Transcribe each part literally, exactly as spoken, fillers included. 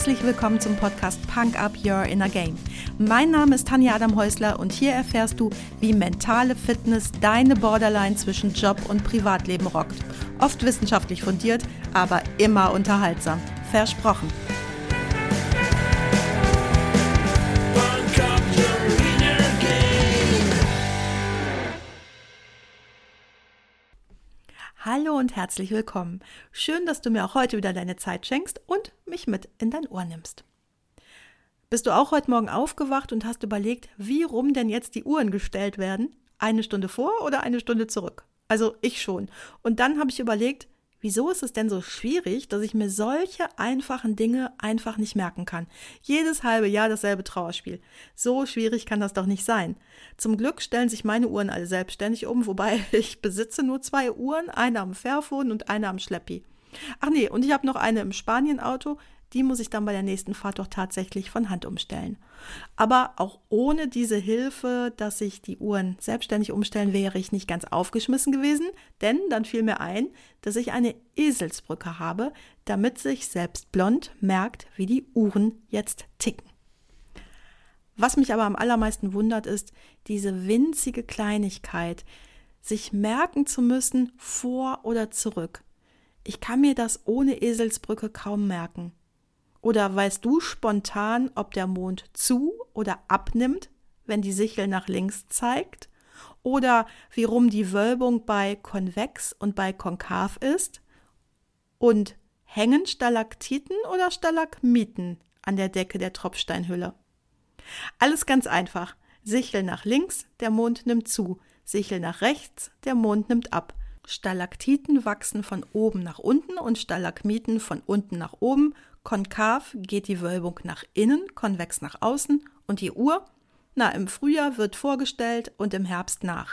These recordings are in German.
herzlich willkommen zum Podcast Punk Up Your Inner Game. Mein Name ist Tanja Adam-Häusler und hier erfährst du, wie mentale Fitness deine Borderline zwischen Job und Privatleben rockt. Oft wissenschaftlich fundiert, aber immer unterhaltsam. Versprochen. Hallo und herzlich willkommen. Schön, dass du mir auch heute wieder deine Zeit schenkst und mich mit in dein Ohr nimmst. Bist du auch heute Morgen aufgewacht und hast überlegt, wie rum denn jetzt die Uhren gestellt werden? Eine Stunde vor oder eine Stunde zurück? Also ich schon. Und dann habe ich überlegt, wieso ist es denn so schwierig, dass ich mir solche einfachen Dinge einfach nicht merken kann? Jedes halbe Jahr dasselbe Trauerspiel. So schwierig kann das doch nicht sein. Zum Glück stellen sich meine Uhren alle selbstständig um, wobei ich besitze nur zwei Uhren, eine am Fairphone und eine am Schleppi. Ach nee, und ich habe noch eine im Spanien-Auto, die muss ich dann bei der nächsten Fahrt doch tatsächlich von Hand umstellen. Aber auch ohne diese Hilfe, dass sich die Uhren selbstständig umstellen, wäre ich nicht ganz aufgeschmissen gewesen, denn dann fiel mir ein, dass ich eine Eselsbrücke habe, damit sich selbst blond merkt, wie die Uhren jetzt ticken. Was mich aber am allermeisten wundert, ist diese winzige Kleinigkeit, sich merken zu müssen, vor oder zurück. Ich kann mir das ohne Eselsbrücke kaum merken. Oder weißt du spontan, ob der Mond zu- oder abnimmt, wenn die Sichel nach links zeigt? Oder wie rum die Wölbung bei konvex und bei konkav ist? Und hängen Stalaktiten oder Stalagmiten an der Decke der Tropfsteinhülle? Alles ganz einfach. Sichel nach links, der Mond nimmt zu. Sichel nach rechts, der Mond nimmt ab. Stalaktiten wachsen von oben nach unten und Stalagmiten von unten nach oben. Konkav geht die Wölbung nach innen, konvex nach außen und die Uhr, na, im Frühjahr wird vorgestellt und im Herbst nach.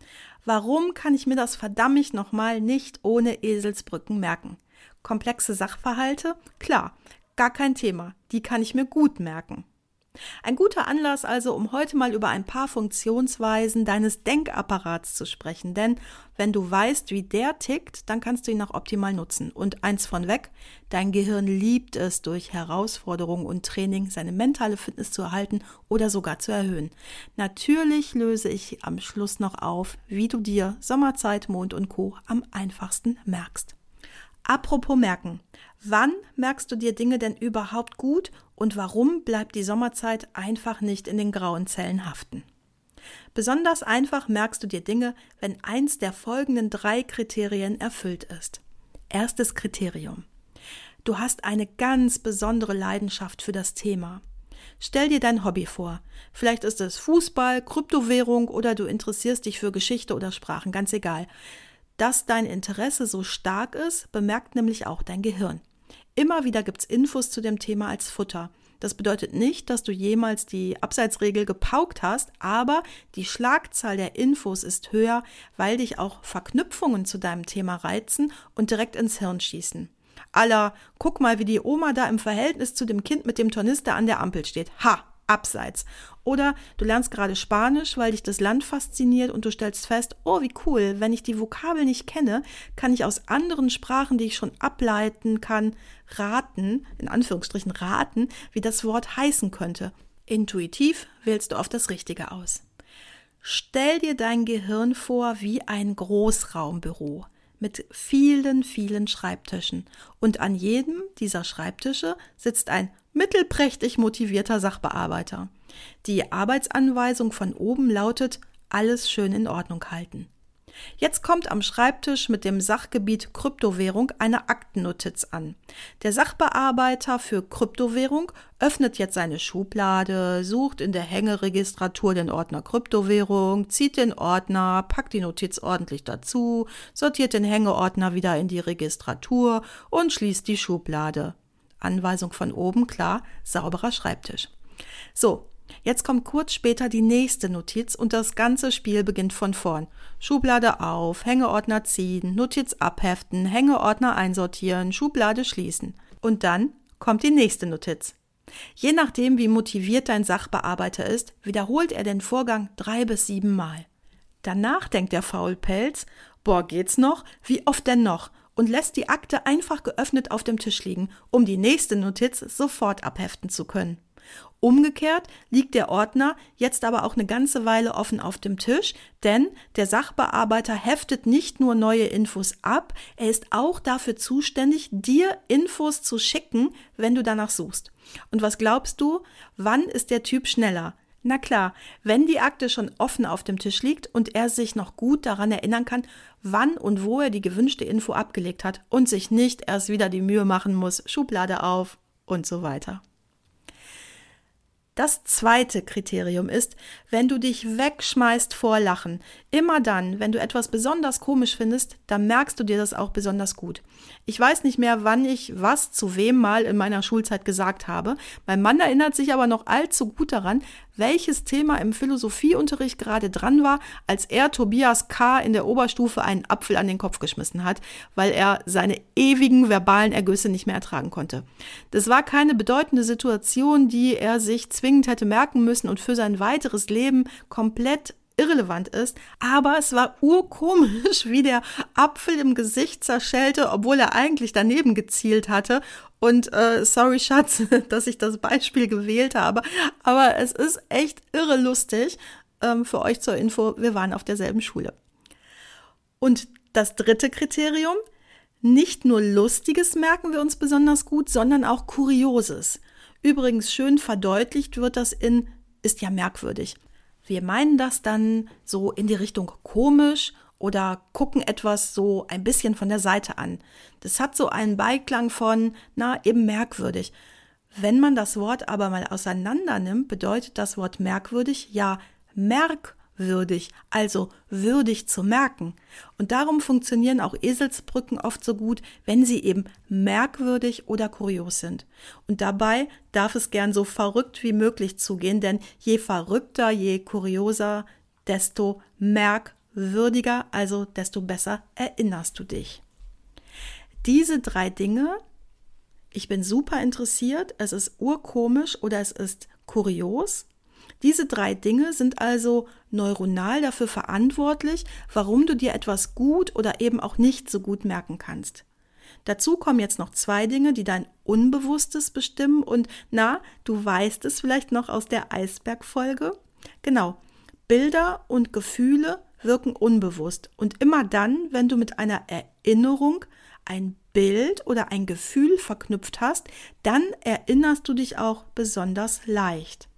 Warum kann ich mir das verdammt nochmal nicht ohne Eselsbrücken merken? Komplexe Sachverhalte? Klar, gar kein Thema, die kann ich mir gut merken. Ein guter Anlass also, um heute mal über ein paar Funktionsweisen deines Denkapparats zu sprechen, denn wenn du weißt, wie der tickt, dann kannst du ihn auch optimal nutzen. Und eins von weg, dein Gehirn liebt es, durch Herausforderungen und Training seine mentale Fitness zu erhalten oder sogar zu erhöhen. Natürlich löse ich am Schluss noch auf, wie du dir Sommerzeit, Mond und Co. am einfachsten merkst. Apropos merken, wann merkst du dir Dinge denn überhaupt gut und warum bleibt die Sommerzeit einfach nicht in den grauen Zellen haften? Besonders einfach merkst du dir Dinge, wenn eins der folgenden drei Kriterien erfüllt ist. Erstes Kriterium. Du hast eine ganz besondere Leidenschaft für das Thema. Stell dir dein Hobby vor. Vielleicht ist es Fußball, Kryptowährung oder du interessierst dich für Geschichte oder Sprachen, ganz egal. Dass dein Interesse so stark ist, bemerkt nämlich auch dein Gehirn. Immer wieder gibt's Infos zu dem Thema als Futter. Das bedeutet nicht, dass du jemals die Abseitsregel gepaukt hast, aber die Schlagzahl der Infos ist höher, weil dich auch Verknüpfungen zu deinem Thema reizen und direkt ins Hirn schießen. À la, guck mal, wie die Oma da im Verhältnis zu dem Kind mit dem Tornister an der Ampel steht. Ha! Abseits. Oder du lernst gerade Spanisch, weil dich das Land fasziniert und du stellst fest, oh wie cool, wenn ich die Vokabel nicht kenne, kann ich aus anderen Sprachen, die ich schon ableiten kann, raten, in Anführungsstrichen raten, wie das Wort heißen könnte. Intuitiv wählst du auf das Richtige aus. Stell dir dein Gehirn vor wie ein Großraumbüro mit vielen, vielen Schreibtischen und an jedem dieser Schreibtische sitzt ein mittelprächtig motivierter Sachbearbeiter. Die Arbeitsanweisung von oben lautet, alles schön in Ordnung halten. Jetzt kommt am Schreibtisch mit dem Sachgebiet Kryptowährung eine Aktennotiz an. Der Sachbearbeiter für Kryptowährung öffnet jetzt seine Schublade, sucht in der Hängeregistratur den Ordner Kryptowährung, zieht den Ordner, packt die Notiz ordentlich dazu, sortiert den Hängeordner wieder in die Registratur und schließt die Schublade. Anweisung von oben, klar, sauberer Schreibtisch. So, jetzt kommt kurz später die nächste Notiz und das ganze Spiel beginnt von vorn. Schublade auf, Hängeordner ziehen, Notiz abheften, Hängeordner einsortieren, Schublade schließen. Und dann kommt die nächste Notiz. Je nachdem, wie motiviert dein Sachbearbeiter ist, wiederholt er den Vorgang drei bis sieben Mal. Danach denkt der Faulpelz, boah, geht's noch? Wie oft denn noch? und lässt die Akte einfach geöffnet auf dem Tisch liegen, um die nächste Notiz sofort abheften zu können. Umgekehrt liegt der Ordner jetzt aber auch eine ganze Weile offen auf dem Tisch, denn der Sachbearbeiter heftet nicht nur neue Infos ab, er ist auch dafür zuständig, dir Infos zu schicken, wenn du danach suchst. Und was glaubst du, wann ist der Typ schneller? Na klar, wenn die Akte schon offen auf dem Tisch liegt und er sich noch gut daran erinnern kann, wann und wo er die gewünschte Info abgelegt hat und sich nicht erst wieder die Mühe machen muss, Schublade auf und so weiter. Das zweite Kriterium ist, wenn du dich wegschmeißt vor Lachen. Immer dann, wenn du etwas besonders komisch findest, dann merkst du dir das auch besonders gut. Ich weiß nicht mehr, wann ich was zu wem mal in meiner Schulzeit gesagt habe. Mein Mann erinnert sich aber noch allzu gut daran, welches Thema im Philosophieunterricht gerade dran war, als er Tobias K. in der Oberstufe einen Apfel an den Kopf geschmissen hat, weil er seine ewigen verbalen Ergüsse nicht mehr ertragen konnte. Das war keine bedeutende Situation, die er sich zwingend hätte merken müssen und für sein weiteres Leben komplett irrelevant ist, aber es war urkomisch, wie der Apfel im Gesicht zerschellte, obwohl er eigentlich daneben gezielt hatte. Und äh, sorry Schatz, dass ich das Beispiel gewählt habe, aber es ist echt irre lustig. Ähm, für euch zur Info, wir waren auf derselben Schule. Und das dritte Kriterium, nicht nur Lustiges merken wir uns besonders gut, sondern auch Kurioses. Übrigens schön verdeutlicht wird das in ist ja merkwürdig. Wir meinen das dann so in die Richtung komisch oder gucken etwas so ein bisschen von der Seite an. Das hat so einen Beiklang von, na, eben merkwürdig. Wenn man das Wort aber mal auseinander nimmt, bedeutet das Wort merkwürdig ja merkwürdig, also würdig zu merken. Und darum funktionieren auch Eselsbrücken oft so gut, wenn sie eben merkwürdig oder kurios sind. Und dabei darf es gern so verrückt wie möglich zugehen, denn je verrückter, je kurioser, desto merkwürdiger, also desto besser erinnerst du dich. Diese drei Dinge, ich bin super interessiert, es ist urkomisch oder es ist kurios. Diese drei Dinge sind also neuronal dafür verantwortlich, warum du dir etwas gut oder eben auch nicht so gut merken kannst. Dazu kommen jetzt noch zwei Dinge, die dein Unbewusstes bestimmen und na, du weißt es vielleicht noch aus der Eisbergfolge. Genau, Bilder und Gefühle wirken unbewusst und immer dann, wenn du mit einer Erinnerung ein Bild oder ein Gefühl verknüpft hast, dann erinnerst du dich auch besonders leicht.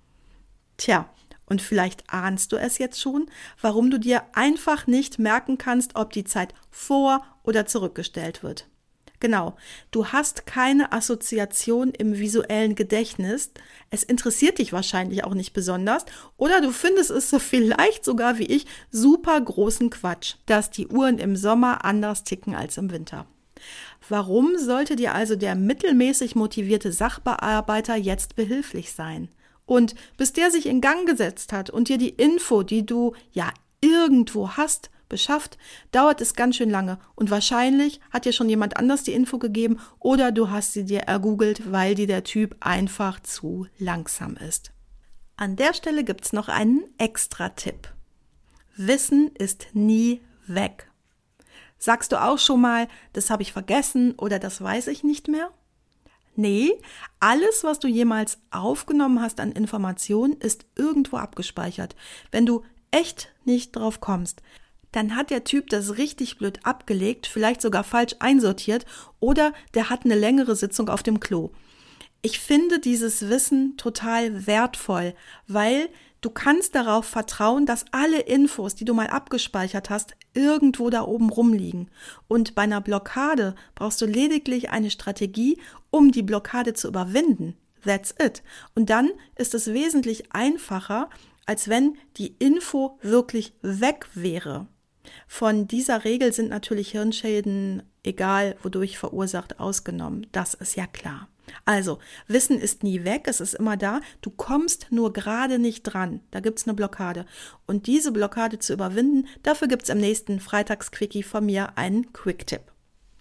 Tja, und vielleicht ahnst du es jetzt schon, warum du dir einfach nicht merken kannst, ob die Zeit vor- oder zurückgestellt wird. Genau, du hast keine Assoziation im visuellen Gedächtnis, es interessiert dich wahrscheinlich auch nicht besonders oder du findest es so vielleicht sogar wie ich super großen Quatsch, dass die Uhren im Sommer anders ticken als im Winter. Warum sollte dir also der mittelmäßig motivierte Sachbearbeiter jetzt behilflich sein? Und bis der sich in Gang gesetzt hat und dir die Info, die du ja irgendwo hast, beschafft, dauert es ganz schön lange. Und wahrscheinlich hat dir schon jemand anders die Info gegeben oder du hast sie dir ergoogelt, weil dir der Typ einfach zu langsam ist. An der Stelle gibt es noch einen Extra-Tipp. Wissen ist nie weg. Sagst du auch schon mal, das habe ich vergessen oder das weiß ich nicht mehr? Nee, alles, was du jemals aufgenommen hast an Informationen, ist irgendwo abgespeichert. Wenn du echt nicht drauf kommst, dann hat der Typ das richtig blöd abgelegt, vielleicht sogar falsch einsortiert oder der hat eine längere Sitzung auf dem Klo. Ich finde dieses Wissen total wertvoll, weil du kannst darauf vertrauen, dass alle Infos, die du mal abgespeichert hast, irgendwo da oben rumliegen. Und bei einer Blockade brauchst du lediglich eine Strategie, um die Blockade zu überwinden. That's it. Und dann ist es wesentlich einfacher, als wenn die Info wirklich weg wäre. Von dieser Regel sind natürlich Hirnschäden, egal wodurch verursacht, ausgenommen. Das ist ja klar. Also, Wissen ist nie weg, es ist immer da, du kommst nur gerade nicht dran, da gibt es eine Blockade. Und diese Blockade zu überwinden, dafür gibt es im nächsten Freitags-Quickie von mir einen Quick-Tipp.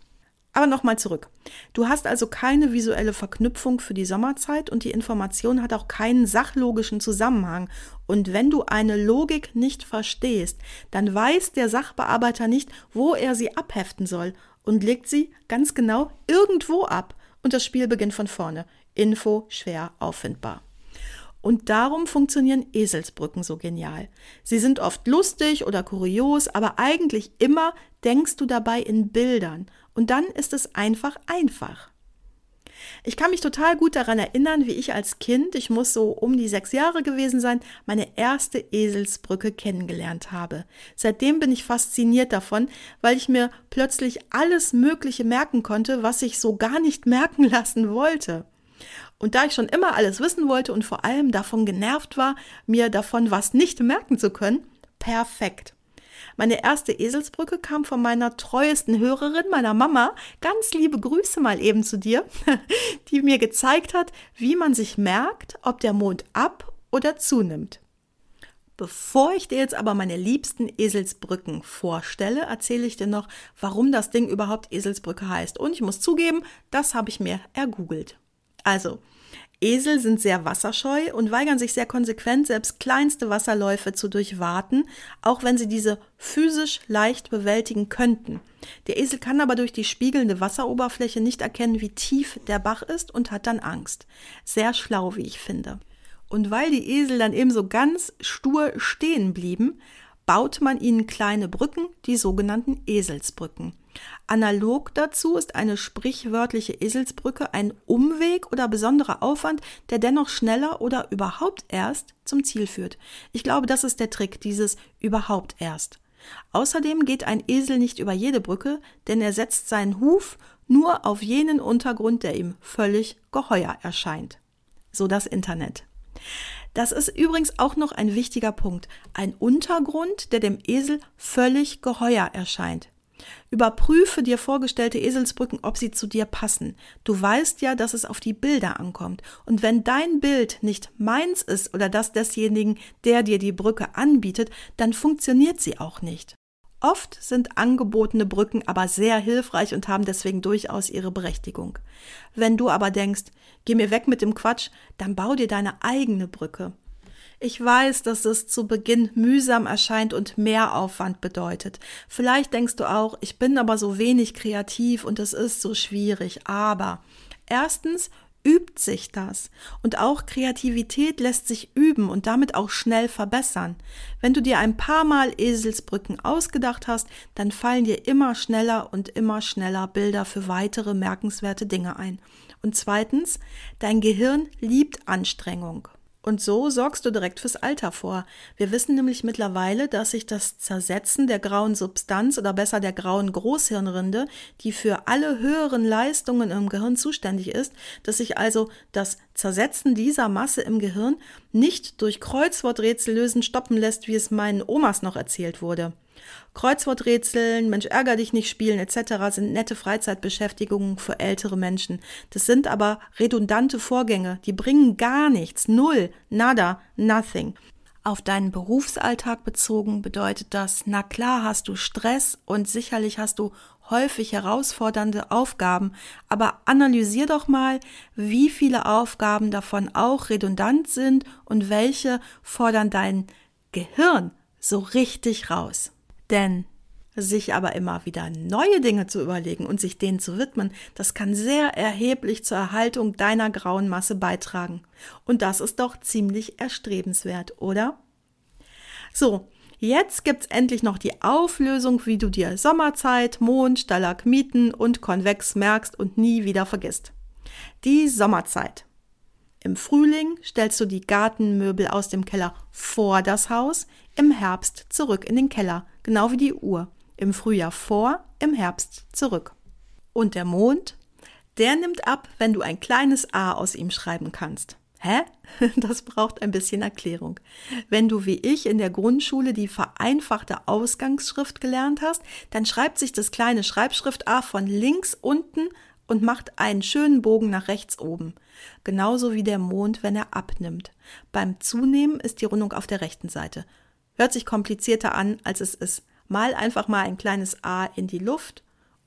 Aber nochmal zurück. Du hast also keine visuelle Verknüpfung für die Sommerzeit und die Information hat auch keinen sachlogischen Zusammenhang. Und wenn du eine Logik nicht verstehst, dann weiß der Sachbearbeiter nicht, wo er sie abheften soll und legt sie ganz genau irgendwo ab. Und das Spiel beginnt von vorne. Info schwer auffindbar. Und darum funktionieren Eselsbrücken so genial. Sie sind oft lustig oder kurios, aber eigentlich immer denkst du dabei in Bildern. Und dann ist es einfach einfach. Ich kann mich total gut daran erinnern, wie ich als Kind, ich muss so um die sechs Jahre gewesen sein, meine erste Eselsbrücke kennengelernt habe. Seitdem bin ich fasziniert davon, weil ich mir plötzlich alles Mögliche merken konnte, was ich so gar nicht merken lassen wollte. Und da ich schon immer alles wissen wollte und vor allem davon genervt war, mir davon was nicht merken zu können, perfekt. Meine erste Eselsbrücke kam von meiner treuesten Hörerin, meiner Mama. Ganz liebe Grüße mal eben zu dir, die mir gezeigt hat, wie man sich merkt, ob der Mond ab- oder zunimmt. Bevor ich dir jetzt aber meine liebsten Eselsbrücken vorstelle, erzähle ich dir noch, warum das Ding überhaupt Eselsbrücke heißt. Und ich muss zugeben, das habe ich mir ergoogelt. Also, Esel sind sehr wasserscheu und weigern sich sehr konsequent, selbst kleinste Wasserläufe zu durchwaten, auch wenn sie diese physisch leicht bewältigen könnten. Der Esel kann aber durch die spiegelnde Wasseroberfläche nicht erkennen, wie tief der Bach ist und hat dann Angst. Sehr schlau, wie ich finde. Und weil die Esel dann eben so ganz stur stehen blieben, baut man ihnen kleine Brücken, die sogenannten Eselsbrücken. Analog dazu ist eine sprichwörtliche Eselsbrücke ein Umweg oder besonderer Aufwand, der dennoch schneller oder überhaupt erst zum Ziel führt. Ich glaube, das ist der Trick, dieses überhaupt erst. Außerdem geht ein Esel nicht über jede Brücke, denn er setzt seinen Huf nur auf jenen Untergrund, der ihm völlig geheuer erscheint. So das Internet. Das ist übrigens auch noch ein wichtiger Punkt. Ein Untergrund, der dem Esel völlig geheuer erscheint. Überprüfe dir vorgestellte Eselsbrücken, ob sie zu dir passen. Du weißt ja, dass es auf die Bilder ankommt. Und wenn dein Bild nicht meins ist oder das desjenigen, der dir die Brücke anbietet, dann funktioniert sie auch nicht. Oft sind angebotene Brücken aber sehr hilfreich und haben deswegen durchaus ihre Berechtigung. Wenn du aber denkst, geh mir weg mit dem Quatsch, dann bau dir deine eigene Brücke. Ich weiß, dass es zu Beginn mühsam erscheint und Mehraufwand bedeutet. Vielleicht denkst du auch, ich bin aber so wenig kreativ und es ist so schwierig. Aber erstens übt sich das. Und auch Kreativität lässt sich üben und damit auch schnell verbessern. Wenn du dir ein paar Mal Eselsbrücken ausgedacht hast, dann fallen dir immer schneller und immer schneller Bilder für weitere merkenswerte Dinge ein. Und zweitens, dein Gehirn liebt Anstrengung. Und so sorgst du direkt fürs Alter vor. Wir wissen nämlich mittlerweile, dass sich das Zersetzen der grauen Substanz oder besser der grauen Großhirnrinde, die für alle höheren Leistungen im Gehirn zuständig ist, dass sich also das Zersetzen dieser Masse im Gehirn nicht durch Kreuzworträtsel lösen stoppen lässt, wie es meinen Omas noch erzählt wurde. Kreuzworträtseln, Mensch ärger dich nicht spielen et cetera sind nette Freizeitbeschäftigungen für ältere Menschen. Das sind aber redundante Vorgänge, die bringen gar nichts, null, nada, nothing. Auf deinen Berufsalltag bezogen bedeutet das, na klar hast du Stress und sicherlich hast du häufig herausfordernde Aufgaben, aber analysier doch mal, wie viele Aufgaben davon auch redundant sind und welche fordern dein Gehirn so richtig raus. Denn sich aber immer wieder neue Dinge zu überlegen und sich denen zu widmen, das kann sehr erheblich zur Erhaltung deiner grauen Masse beitragen. Und das ist doch ziemlich erstrebenswert, oder? So, jetzt gibt's endlich noch die Auflösung, wie du dir Sommerzeit, Mond, Stalagmiten und Konvex merkst und nie wieder vergisst. Die Sommerzeit. Im Frühling stellst du die Gartenmöbel aus dem Keller vor das Haus, im Herbst zurück in den Keller, genau wie die Uhr. Im Frühjahr vor, im Herbst zurück. Und der Mond, der nimmt ab, wenn du ein kleines A aus ihm schreiben kannst. Hä? Das braucht ein bisschen Erklärung. Wenn du wie ich in der Grundschule die vereinfachte Ausgangsschrift gelernt hast, dann schreibt sich das kleine Schreibschrift A von links unten und macht einen schönen Bogen nach rechts oben. Genauso wie der Mond, wenn er abnimmt. Beim Zunehmen ist die Rundung auf der rechten Seite. Hört sich komplizierter an, als es ist. Mal einfach mal ein kleines A in die Luft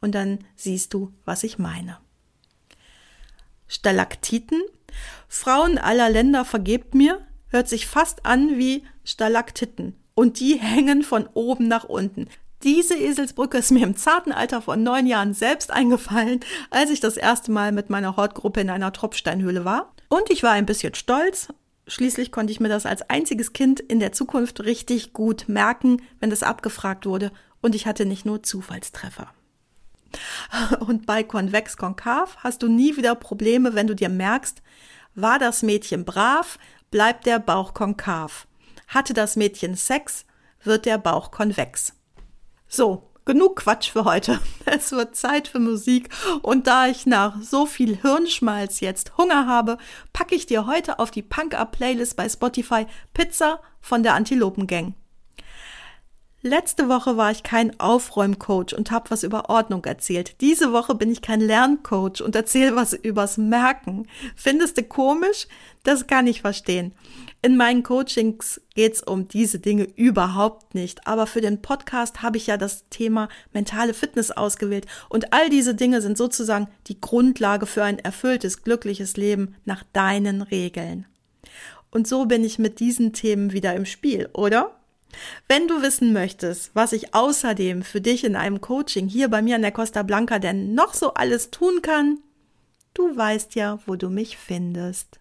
und dann siehst du, was ich meine. Stalaktiten? Frauen aller Länder vergebt mir, hört sich fast an wie Stalaktiten. Und die hängen von oben nach unten. Diese Eselsbrücke ist mir im zarten Alter von neun Jahren selbst eingefallen, als ich das erste Mal mit meiner Hortgruppe in einer Tropfsteinhöhle war. Und ich war ein bisschen stolz. Schließlich konnte ich mir das als einziges Kind in der Zukunft richtig gut merken, wenn das abgefragt wurde. Und ich hatte nicht nur Zufallstreffer. Und bei konvex-konkav hast du nie wieder Probleme, wenn du dir merkst, war das Mädchen brav, bleibt der Bauch konkav. Hatte das Mädchen Sex, wird der Bauch konvex. So, genug Quatsch für heute. Es wird Zeit für Musik und da ich nach so viel Hirnschmalz jetzt Hunger habe, packe ich dir heute auf die Punk-Up-Playlist bei Spotify Pizza von der Antilopen-Gang. Letzte Woche war ich kein Aufräumcoach und habe was über Ordnung erzählt. Diese Woche bin ich kein Lerncoach und erzähle was übers Merken. Findest du komisch? Das kann ich verstehen. In meinen Coachings geht's um diese Dinge überhaupt nicht. Aber für den Podcast habe ich ja das Thema mentale Fitness ausgewählt. Und all diese Dinge sind sozusagen die Grundlage für ein erfülltes, glückliches Leben nach deinen Regeln. Und so bin ich mit diesen Themen wieder im Spiel, oder? Wenn du wissen möchtest, was ich außerdem für dich in einem Coaching hier bei mir an der Costa Blanca denn noch so alles tun kann, du weißt ja, wo du mich findest.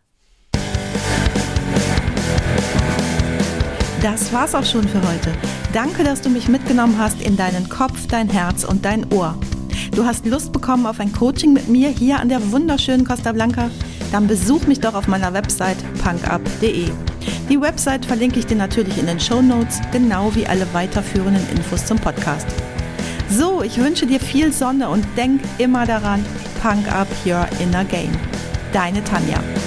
Das war's auch schon für heute. Danke, dass du mich mitgenommen hast in deinen Kopf, dein Herz und dein Ohr. Du hast Lust bekommen auf ein Coaching mit mir hier an der wunderschönen Costa Blanca? Dann besuch mich doch auf meiner Website punkup punkt de. Die Website verlinke ich dir natürlich in den Shownotes, genau wie alle weiterführenden Infos zum Podcast. So, ich wünsche dir viel Sonne und denk immer daran, Punk up your inner game. Deine Tanja.